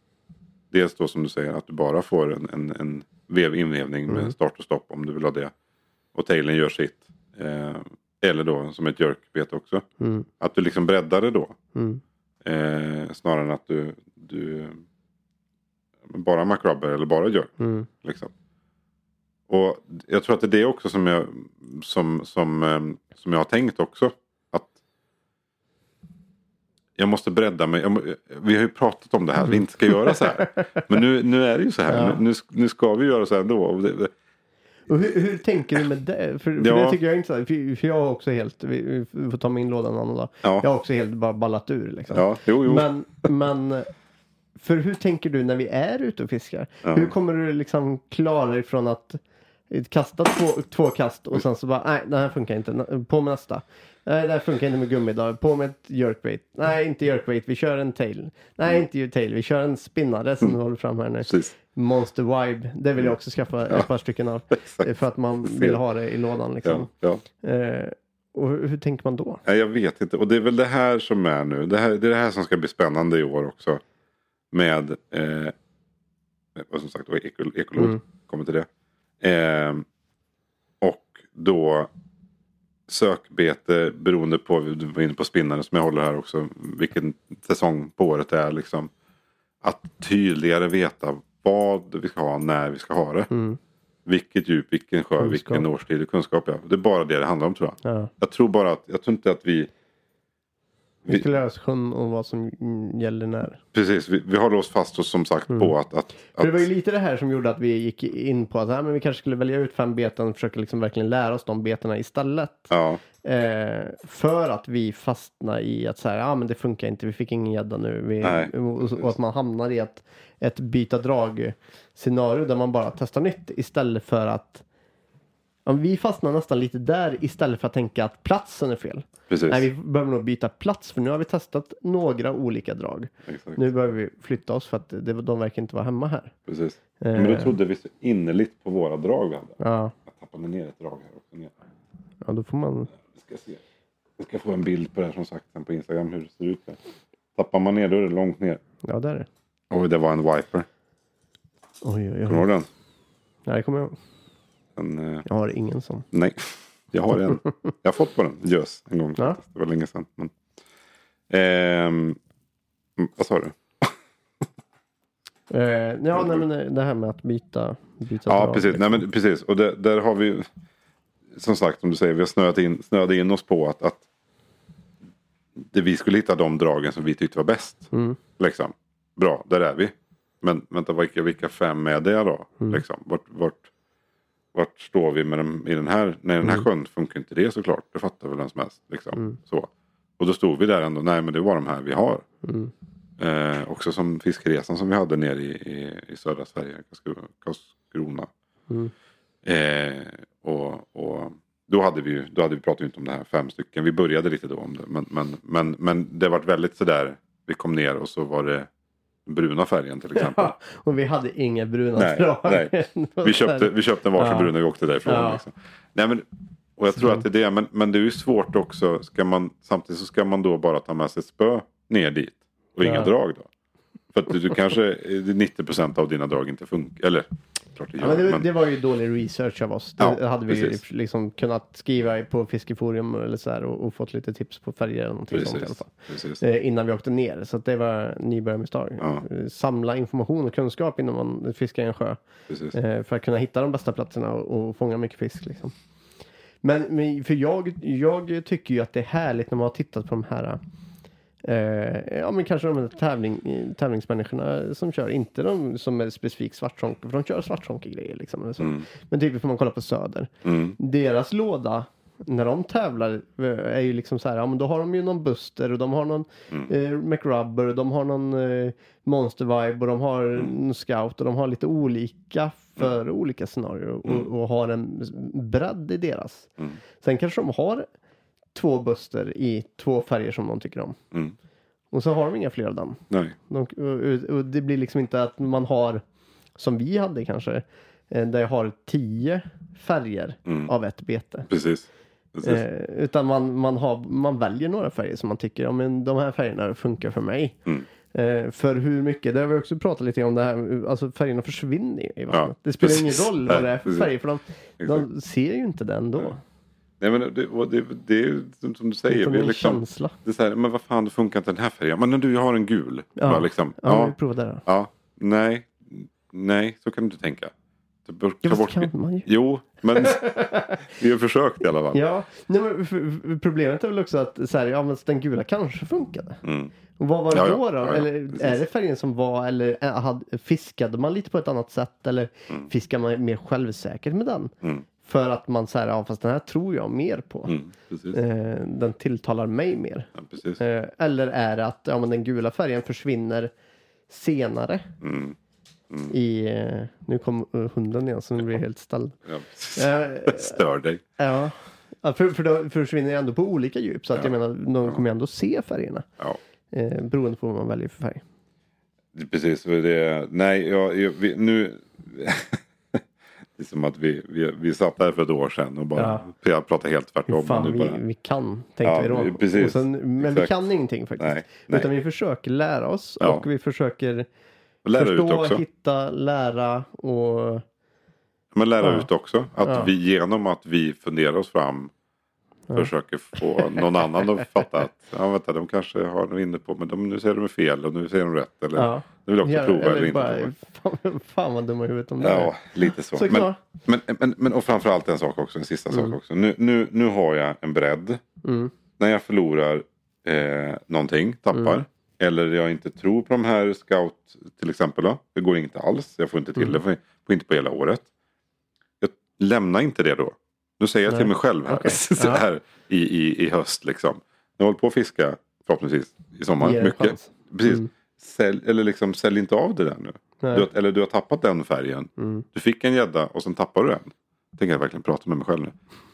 S1: Dels då som du säger att du bara får en, en, en vev invävning
S2: Mm.
S1: med start och stopp om du vill ha det. Och tailen gör sitt. Eh, eller då som ett jerkbete också.
S2: Mm.
S1: Att du liksom breddar det då.
S2: Mm.
S1: Eh, snarare än att du, du bara macrubber eller bara jerk.
S2: Mm.
S1: Liksom. Och jag tror att det är det också som jag, som, som, eh, som jag har tänkt också. Att jag måste bredda mig. Jag, må- vi har ju pratat om det här. Vi inte ska göra så här. Men nu, nu är det ju så här.
S2: Ja.
S1: Nu, nu, nu ska vi göra så här ändå. Och det, det,
S2: Och hur, hur tänker du med det? För, för
S1: Ja.
S2: det tycker jag är intressant. För, för jag har också helt, vi, vi får ta min låda en annan dag.
S1: ja,
S2: Jag har också helt bara ballat ur liksom.
S1: ja, jo, jo.
S2: Men, men för hur tänker du när vi är ute och fiskar?
S1: Ja.
S2: Hur kommer du liksom klara dig från att kasta två, två kast och sen så bara, nej, det här funkar inte. På med nästa. Nej, det här funkar inte med gummi idag. På med ett jerkbait. Nej, inte jerkbait. Vi kör en tail. Nej, inte ju tail. Vi kör en spinnare som du håller fram här nu.
S1: Precis.
S2: Monster Vibe. Det vill jag också skaffa ett par stycken av.
S1: Exakt.
S2: För att man vill ha det i lådan liksom.
S1: Ja, ja.
S2: Eh, och hur, hur tänker man då?
S1: Nej, jag vet inte. Och det är väl det här som är nu. Det, här, det är det här som ska bli spännande i år också. Med, eh, och som sagt, ekol, ekolod.
S2: Mm.
S1: Kommer till det. Eh, och då sökbete beroende på, du var inne på spinnare som jag håller här också. Vilken säsong på året det är liksom. Att tydligare veta vad vi ska ha, när vi ska ha det.
S2: Mm.
S1: Vilket djup, vilken sjö,
S2: Kunskap.
S1: vilken årstid och kunskap. Ja. Det är bara det det handlar om tror jag.
S2: Ja.
S1: Jag tror bara att, jag tror inte att vi...
S2: Vi ska lära oss sjön och vad som mm, gäller när.
S1: Precis, vi, vi har låst fast oss som sagt
S2: Mm.
S1: på att... att,
S2: För det
S1: att
S2: var ju lite det här som gjorde att vi gick in på att ja, men vi kanske skulle välja ut fem beten och försöka liksom verkligen lära oss de betena istället.
S1: ja,
S2: Eh, för att vi fastnar i att säga, ja men det funkar inte, vi fick ingen gädda nu. Vi,
S1: Nej,
S2: och, och att man hamnar i ett, ett byta drag scenario där man bara testar nytt istället för att ja, vi fastnar nästan lite där istället för att tänka att platsen är fel.
S1: precis.
S2: Nej, vi behöver nog byta plats för nu har vi testat några olika drag.
S1: Exakt,
S2: Nu behöver vi flytta oss för att det, de verkar inte vara hemma här.
S1: precis.
S2: Eh,
S1: Men då trodde vi så innerligt på våra drag vi hade.
S2: ja,
S1: Jag tappade ner ett drag här också. Ner.
S2: ja, då får man...
S1: Vi ska se. Jag ska få en bild på det här som sagt sen på Instagram hur det ser ut där. Tappar man ner då är det långt ner.
S2: Ja, där är det.
S1: Oj, det var en wiper.
S2: Oj, oj,
S1: Kommer du
S2: oj.
S1: ihåg den?
S2: Nej, det kommer jag ihåg.
S1: En, eh,
S2: Jag har ingen sån.
S1: nej, jag har en. Jag har fått på den. Gös en gång.
S2: Ja.
S1: Det var länge sedan. Men, Ehm, vad sa du?
S2: Eh, ja, nej, men det här med att byta, byta
S1: Ja,
S2: drag,
S1: precis.
S2: liksom.
S1: Nej, men precis. Och det, där har vi, som sagt, som du säger, vi har snöat in, snöade in oss på att, att det, vi skulle hitta de dragen som vi tyckte var bäst.
S2: Mm.
S1: Liksom. Bra, där är vi. Men vänta, vilka, vilka fem är det då?
S2: Mm.
S1: Liksom. Vart, vart, vart står vi med dem, i den här? Nej, den här
S2: Mm.
S1: sjön funkar inte det såklart. Det fattar väl den som helst. Liksom.
S2: Mm.
S1: Så. Och då stod vi där ändå. Nej, men det var de här vi har.
S2: Mm.
S1: Eh, också som fiskresan som vi hade nere i, i, i södra Sverige. Karlskrona.
S2: Mm.
S1: Eh, och, och då hade vi ju, då hade vi pratat inte om det här fem stycken. Vi började lite då om det. Men, men, men, men det var väldigt sådär. Vi kom ner och så var det bruna färgen till exempel.
S2: Ja, och vi hade inga bruna
S1: Nej,
S2: drag.
S1: nej. Vi köpte, vi köpte en varsin
S2: Ja.
S1: bruna och åkte därifrån.
S2: Ja.
S1: Liksom. Nej, men, och jag tror att det är det. Men, men det är ju svårt också. Ska man, samtidigt så ska man då bara ta med sig ett spö ner dit. Och inga
S2: Ja.
S1: drag då. För att du, du kanske nittio procent av dina drag inte funkar. Eller klart det gör.
S2: Ja, men det,
S1: men,
S2: det var ju dålig research av oss. Det
S1: Ja,
S2: hade vi
S1: precis.
S2: liksom kunnat skriva på Fiskeforum eller så här och, och fått lite tips på färger eller någonting sånt i alla
S1: precis,
S2: fall.
S1: precis.
S2: Eh, innan vi åkte ner. Så att det var nybörjarmisstag.
S1: Ja.
S2: Eh, Samla information och kunskap innan man fiskar i en sjö.
S1: precis.
S2: Eh, för att kunna hitta de bästa platserna och, och fånga mycket fisk liksom. Men, men för jag, jag tycker ju att det är härligt när man har tittat på de här eh, ja men kanske de här tävling, tävlingsmänniskorna som kör, inte de som är specifikt svartsonk, för de kör svartsonke-grejer liksom eller så.
S1: Mm.
S2: Men typ får man kolla på Söder.
S1: Mm.
S2: Deras låda när de tävlar eh, är ju liksom så här, ja men då har de ju någon Buster och de har någon
S1: Mm.
S2: eh, McRubber och de har någon eh, Monster Vibe och de har en Scout och de har lite olika för
S1: Mm.
S2: olika scenarier och,
S1: Mm.
S2: och har en bredd i deras.
S1: Mm.
S2: Sen kanske de har två Buster i två färger som de tycker om.
S1: Mm.
S2: Och så har de inga fler av dem.
S1: Nej.
S2: De, och, och det blir liksom inte att man har, som vi hade kanske, eh, där jag har tio färger
S1: Mm.
S2: av ett bete.
S1: Precis. precis.
S2: Eh, utan man, man, har, man väljer några färger som man tycker, ja men de här färgerna funkar för mig.
S1: Mm.
S2: Eh, för hur mycket, det har vi också pratat lite om det här, alltså färgerna försvinner i vattnet.
S1: Ja,
S2: det spelar
S1: precis.
S2: ingen roll vad
S1: Nej,
S2: det är för
S1: precis.
S2: färger, för de, de
S1: Exakt.
S2: ser ju inte det ändå.
S1: Ja. Nej, men det, och det, det är ju som, som du säger.
S2: Utan
S1: Vi är
S2: en
S1: liksom,
S2: känsla.
S1: det är så här, men vad fan, det funkar inte den här färgen. Men du, jag har en gul.
S2: Ja.
S1: Bara liksom,
S2: Ja,
S1: ja,
S2: vi provar det då.
S1: ja, nej, nej, så kan du inte tänka. Ta bort,
S2: Ja,
S1: ta
S2: fast
S1: bort,
S2: kan man ju.
S1: jo, men vi har försökt i alla fall.
S2: Ja, nej, men för, för problemet är väl också att så här, ja, men den gula kanske funkade.
S1: Mm.
S2: Och vad var det
S1: Ja, ja.
S2: då då?
S1: Ja, ja.
S2: Eller
S1: Precis.
S2: är det färgen som var, eller äh, hade, fiskade man lite på ett annat sätt? Eller
S1: Mm.
S2: fiskar man mer självsäkert med den?
S1: Mm.
S2: För att man säger, ja fast den här tror jag mer på.
S1: Mm. Precis.
S2: Eh, den tilltalar mig mer.
S1: Ja, precis.
S2: Eh, eller är det att ja, men den gula färgen försvinner senare
S1: Mm. Mm.
S2: i... Eh, nu kom uh, hunden igen så nu blir jag helt ställd.
S1: Ja, precis.
S2: Eh,
S1: Stör dig.
S2: ja, Ja, för, för då försvinner det ändå på olika djup. Så att
S1: Ja.
S2: jag menar, de kommer ju ändå se färgerna.
S1: Ja.
S2: Eh, beroende på vad man väljer för färg.
S1: Precis, för det, nej, jag, jag, vi, nu, det är som att vi, vi, vi satt där för ett år sedan och bara ja. pratade helt tvärtom.
S2: Fan,
S1: nu
S2: vi,
S1: bara,
S2: vi kan, tänkte
S1: Ja,
S2: vi då.
S1: vi- precis.
S2: Och sen, men vi
S1: Exakt.
S2: kan ingenting faktiskt.
S1: Nej, nej.
S2: Utan vi försöker lära oss
S1: Ja.
S2: och vi försöker
S1: lära ut
S2: förstå,
S1: också.
S2: hitta, lära och...
S1: Men lära
S2: Ja.
S1: ut också. Att
S2: Ja.
S1: vi genom att vi funderar oss fram
S2: Ja.
S1: försöker få någon annan att fatta att ja, vänta, de kanske har något inne på, men de, nu säger de fel och nu säger de rätt. Eller
S2: Ja.
S1: nu vill jag också
S2: Ja,
S1: prova eller,
S2: eller
S1: inte
S2: bara,
S1: prova.
S2: fan, fan vad dumma i huvudet om det är.
S1: Ja, lite så.
S2: Så
S1: Men,
S2: klar.
S1: men, men, men och framförallt en sak också, en sista
S2: Mm.
S1: sak också. Nu, nu, nu har jag en bredd.
S2: Mm.
S1: När jag förlorar eh, någonting, tappar.
S2: Mm.
S1: Eller jag inte tror på de här scout till exempel. Då. Det går inte alls. Jag får inte till
S2: Mm.
S1: det. Får, får inte på hela året. Jag lämnar inte det då. Nu säger jag
S2: Nej.
S1: till mig själv här,
S2: Okej.
S1: så
S2: Ja.
S1: här i, i, i höst liksom. Jag håller på att fiska förhoppningsvis i sommar.
S2: Ge det en
S1: Mycket.
S2: chans.
S1: Precis.
S2: Mm.
S1: Sälj, eller liksom sälj inte av det där nu.
S2: Nej.
S1: Du, har- eller du har tappat den färgen.
S2: Mm.
S1: Du fick en gädda och sen tappar du den. Tänker jag verkligen prata med mig själv nu.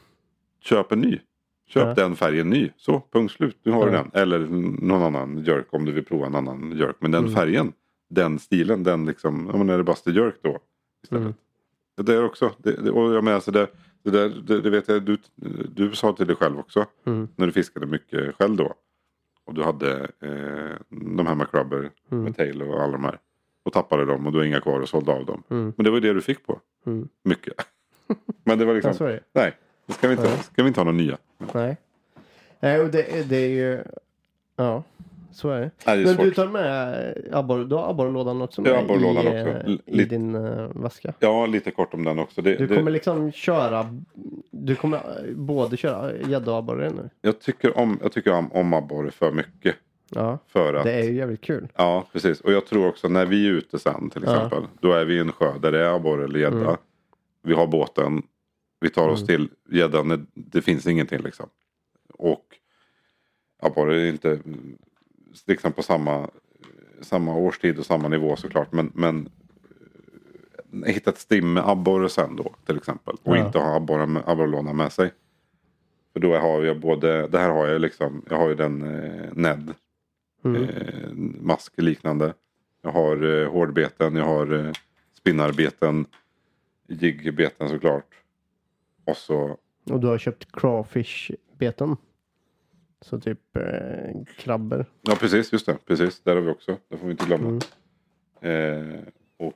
S1: Köp en ny. Köp
S2: Ja.
S1: den färgen ny. Så, punkt slut. Nu har du
S2: Ja.
S1: den. Eller någon annan jerk om du vill prova en annan jerk. Men den
S2: Mm.
S1: färgen, den stilen, den liksom, ja men är det Buster jerk då istället.
S2: Mm.
S1: Det är också, det, det, och jag menar alltså det, det, där, det, det vet jag, du, du sa till dig själv också.
S2: Mm.
S1: När du fiskade mycket själv då. Och du hade eh, de här McRubber
S2: Mm.
S1: med tail och alla de här. Och tappade dem och du har inga kvar och sålde av dem.
S2: Mm.
S1: Men det var ju det du fick på.
S2: Mm.
S1: Mycket. Men det var
S2: Ja,
S1: liksom,
S2: så är det.
S1: nej. Då ska vi inte,
S2: Nej.
S1: ska vi inte ha några nya.
S2: Nej. Nej, och det, det är ju... Ja, så är det.
S1: Nej, det är
S2: Men
S1: svårt.
S2: du tar med abborre, du har abborrelådan också med
S1: Ja, abborrelådan
S2: i,
S1: också.
S2: eh,
S1: L-
S2: i
S1: lite-
S2: din uh, väska.
S1: Ja, lite kort om den också. Det,
S2: Du
S1: det,
S2: kommer liksom köra, du kommer eh, både köra gädda och abborre nu.
S1: jag tycker om, jag tycker om, om abborre för mycket.
S2: Ja,
S1: För att,
S2: det är ju jävligt kul.
S1: Ja, precis. Och jag tror också när vi är ute sen till
S2: Ja.
S1: exempel. Då är vi i en sjö där det är abborre eller gädda.
S2: Mm.
S1: Vi har båten. Vi tar oss
S2: Mm.
S1: till gäddan. Det, det finns ingenting liksom. Och abborre är inte liksom på samma, samma årstid och samma nivå såklart. Men, men eh, hitta ett stim med abborre sen då till exempel. Och
S2: Ja.
S1: inte ha abborre med, abborrelåda med sig. För då har jag både, det här har jag liksom, jag har ju den eh, Ned.
S2: Mm.
S1: Eh, mask liknande. Jag har eh, hårdbeten, jag har eh, spinnarbeten, jiggbeten såklart. Och så,
S2: Och du har köpt crawfish-beten. Så typ eh, krabbor.
S1: ja precis, just det, precis, där har vi också, det får vi inte glömma.
S2: Mm.
S1: Eh, och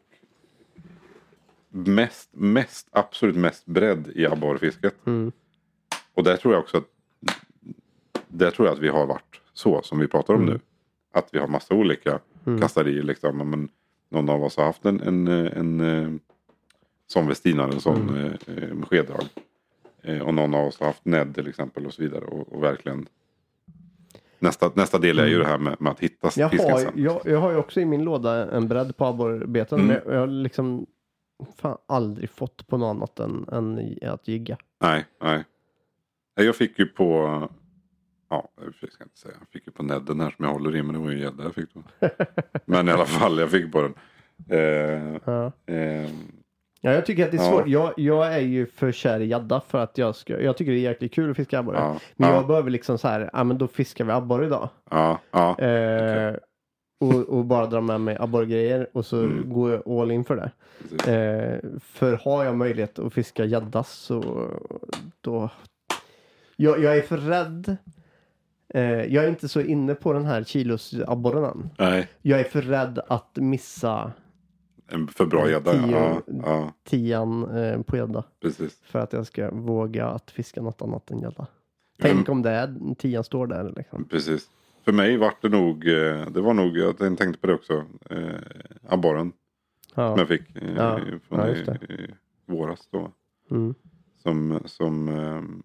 S1: mest, mest, absolut mest bredd i abborrfisket.
S2: Mm.
S1: Och där tror jag också att, där tror jag att vi har varit så som vi pratar om
S2: Mm.
S1: nu. Att vi har massa olika
S2: Mm.
S1: kastarier liksom. Men någon av oss har haft en, en, en, en som Westinare, en sån
S2: Mm.
S1: eh, med skeddrag. Eh, och någon av oss har haft Ned till exempel och så vidare. Och, och verkligen nästa, nästa del är ju det här med, med att hitta
S2: Jag
S1: fisken
S2: har,
S1: sen.
S2: jag, jag har ju också i min låda en bredd på abborrbeten.
S1: Mm.
S2: Men jag, jag har liksom fan aldrig fått på något annat än, än i- att jigga.
S1: Nej, nej. Nej, jag fick ju på, ja, jag ska inte säga, jag fick ju på Nedden här som jag håller i, men det var ju gädda jag fick då. Men i alla fall, jag fick på den. Eh,
S2: Ja.
S1: eh,
S2: Ja, jag tycker att det är
S1: Ja.
S2: svårt. Jag, jag är ju för kär i gädda för att jag ska, jag tycker det är jäkligt kul att fiska abborre.
S1: ja,
S2: Men
S1: ja,
S2: jag behöver liksom så här, ja men då fiskar vi abborre idag.
S1: ja, ja,
S2: Eh, och, och bara dra med mig abborrgrejer och så
S1: Mm.
S2: går jag all in för det.
S1: precis.
S2: Eh, för har jag möjlighet att fiska gädda så då... Jag, jag är för rädd. Eh, jag är inte så inne på den här kilos abborren än.
S1: Nej,
S2: Jag är för rädd att missa
S1: en för bra gädda.
S2: Tio-
S1: Ja, ja,
S2: tian eh, på gädda.
S1: precis.
S2: För att jag ska våga att fiska något annat än gädda. Tänk om det är, tian står där liksom.
S1: Precis. För mig var det nog, eh, det var nog, jag tänkte på det också, eh, abborren som
S2: Ja.
S1: jag fick eh,
S2: Ja,
S1: i- från
S2: ja,
S1: i,
S2: just det.
S1: i våras då.
S2: Mm.
S1: Som, som ehm,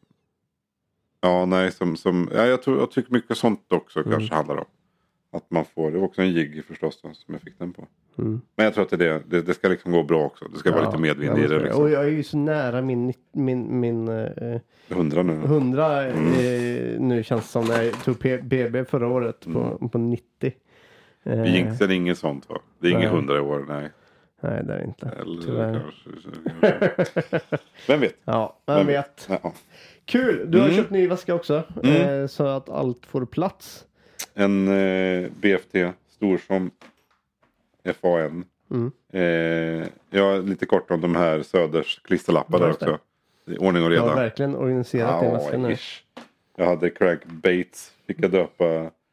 S1: ja nej som, som ja, jag tror jag tycker mycket sånt också
S2: Mm.
S1: kanske handlar om. Att man får, det var också en jigg förstås då, som jag fick den på.
S2: Mm.
S1: Men jag tror att det, är det, det, det ska liksom gå bra också. Det ska vara
S2: Ja,
S1: lite medvind
S2: ja,
S1: i
S2: måste
S1: det
S2: jag.
S1: liksom.
S2: Och jag är ju så nära min, min, min eh,
S1: Hundra nu.
S2: hundra
S1: Mm.
S2: eh, nu känns det som när jag tog P- B B förra året på,
S1: Mm.
S2: på nittio. Eh,
S1: Vi jinxar inget sånt va? Det är
S2: nej.
S1: inget hundra i år, nej.
S2: Nej, det är det inte.
S1: Eller
S2: Tyvärr.
S1: kanske, kanske. Vem vet?
S2: Ja, jag
S1: Vem
S2: vet.
S1: Ja.
S2: Kul! Du har
S1: Mm.
S2: köpt ny väska också.
S1: Mm.
S2: Eh, så att allt får plats.
S1: En eh, B F T, stor som F A N.
S2: Mm.
S1: Eh, ja, lite kort om de här Söders klisterlappar där
S2: Just det.
S1: också. I ordning och
S2: Du
S1: reda.
S2: har verkligen organiserat din väska nu.
S1: ish. Jag hade Crank Bates. Fick jag döpa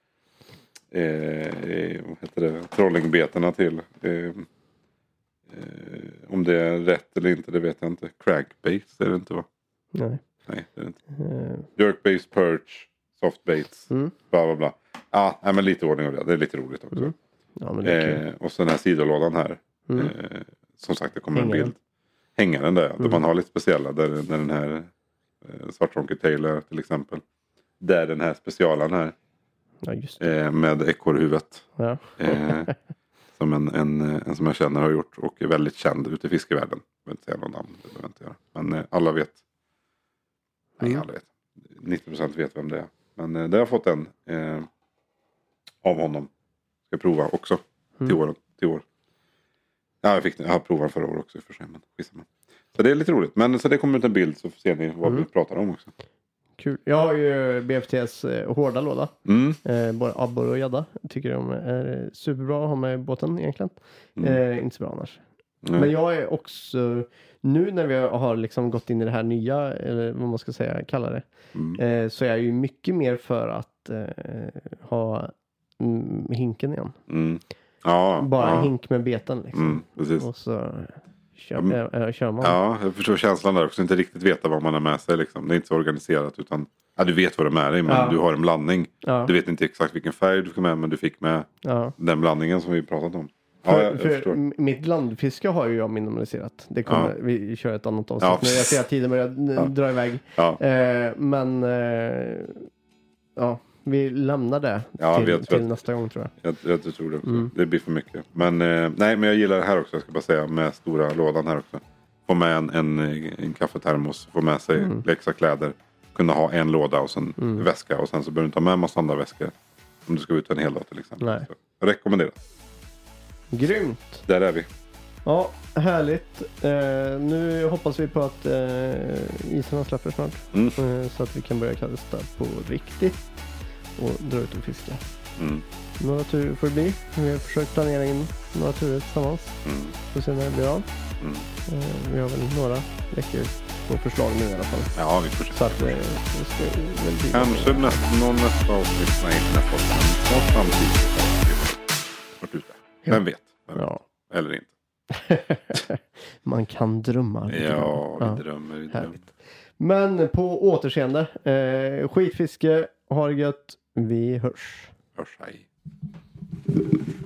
S1: eh, vad heter det? Trollingbetena till. Eh, eh, om det är rätt eller inte, det vet jag inte. Crank Bates är det inte va?
S2: Nej.
S1: Nej, det är det inte.
S2: Eh,
S1: Jerk Bates, Perch, Soft Bates.
S2: Mm.
S1: Bla bla bla. Ja, nej, men lite ordning och reda. Det är lite roligt också.
S2: Mm. ja, men det är kul.
S1: Eh, och så den här sidolådan här.
S2: Mm.
S1: Eh, som sagt, det kommer en
S2: Hängaren.
S1: bild. Hängaren där,
S2: Mm.
S1: där man har lite speciella. Där, där den här eh, Svartronke Taylor till exempel. Där den här specialen här.
S2: Ja, just det.
S1: Eh, med ekorrhuvudet.
S2: Ja.
S1: Eh, som en, en, en som jag känner har gjort. Och är väldigt känd ute i fiskevärlden. Jag vill inte säga någon namn. Det behöver jag inte göra. Men eh, alla vet. Nej,
S2: Mm.
S1: alla vet. nittio procent vet vem det är. Men eh, där har jag fått en. Eh, av honom. Ska jag prova också. Till
S2: Mm.
S1: åren. Till år. Ja, jag, fick, jag har provat förra året också i och för sig. Men skitsamma. Så det är lite roligt. Men så det kommer ut en bild så ser ni vad
S2: Mm.
S1: vi pratar om också.
S2: Kul. Jag har ju B F T:s eh, hårda låda.
S1: Mm.
S2: Eh, både abborre och gädda. Tycker de är superbra att ha med i båten egentligen.
S1: Mm.
S2: Eh, inte så bra annars.
S1: Nej.
S2: Men jag är också, nu när vi har liksom gått in i det här nya, eller vad man ska säga, kalla det.
S1: Mm.
S2: Eh, så är jag ju mycket mer för att eh, ha mm, hinken igen.
S1: Mm. Ja,
S2: Bara
S1: ja.
S2: en hink med beten liksom.
S1: Mm, precis.
S2: Och så kör,
S1: Mm.
S2: äh, kör man.
S1: Ja, jag förstår känslan där också. Inte riktigt veta vad man har med sig liksom. Det är inte så organiserat utan ja, du vet vad du är med dig men
S2: Ja.
S1: du har en blandning.
S2: Ja.
S1: Du vet inte exakt vilken färg du fick med men du fick med
S2: Ja.
S1: den blandningen som vi pratat om. Ja,
S2: För,
S1: jag, jag
S2: för
S1: förstår.
S2: m- mitt blandfiske har ju jag minimaliserat. Det kommer,
S1: Ja.
S2: vi kör ett annat avsnitt.
S1: Ja.
S2: Men jag ser att tiden börjar n-
S1: Ja.
S2: dra iväg.
S1: Ja.
S2: Eh, men eh, ja, vi lämnar det
S1: Ja,
S2: till,
S1: vi har-
S2: till nästa gång tror jag.
S1: Jag, jag tror det också.
S2: Mm.
S1: Det blir för mycket. Men eh, nej, men jag gillar det här också. Jag ska bara säga med stora lådan här också. Få med en, en, en kaffetermos. Få med sig
S2: Mm.
S1: extra kläder. Kunna ha en låda och sen
S2: Mm.
S1: väska. Och sen så behöver du inte ha med en massa andra väskor. Om du ska ut en hel dag till exempel.
S2: Nej.
S1: Så, jag rekommenderar.
S2: Grymt!
S1: Där är vi.
S2: Ja, härligt. Eh, nu hoppas vi på att eh, isarna släpper snart.
S1: Mm.
S2: Eh, så att vi kan börja kasta på riktigt. Och dra ut och fiska.
S1: Mm.
S2: Några turer får det bli. Vi har försökt planera in några turer tillsammans.
S1: Mm.
S2: Får se när det blir av.
S1: Mm.
S2: Eh, vi har väl några veckor på förslag nu i alla fall.
S1: Ja, vi fortsätter.
S2: Så att eh, det ska väl bli
S1: Kanske nästa, någon nästa avsnitt. Nej, inte nästa avsnitt. Men snart framtid. Snart ute.
S2: Ja.
S1: Vem vet? Vem vet?
S2: Ja.
S1: Eller inte.
S2: Man kan drömma lite
S1: Ja, vi
S2: grann.
S1: drömmer. Vi drömmer.
S2: Härligt. Men på återseende. Eh, skitfiske. Ha det gött. Vi hörs.
S1: Hörs, hej.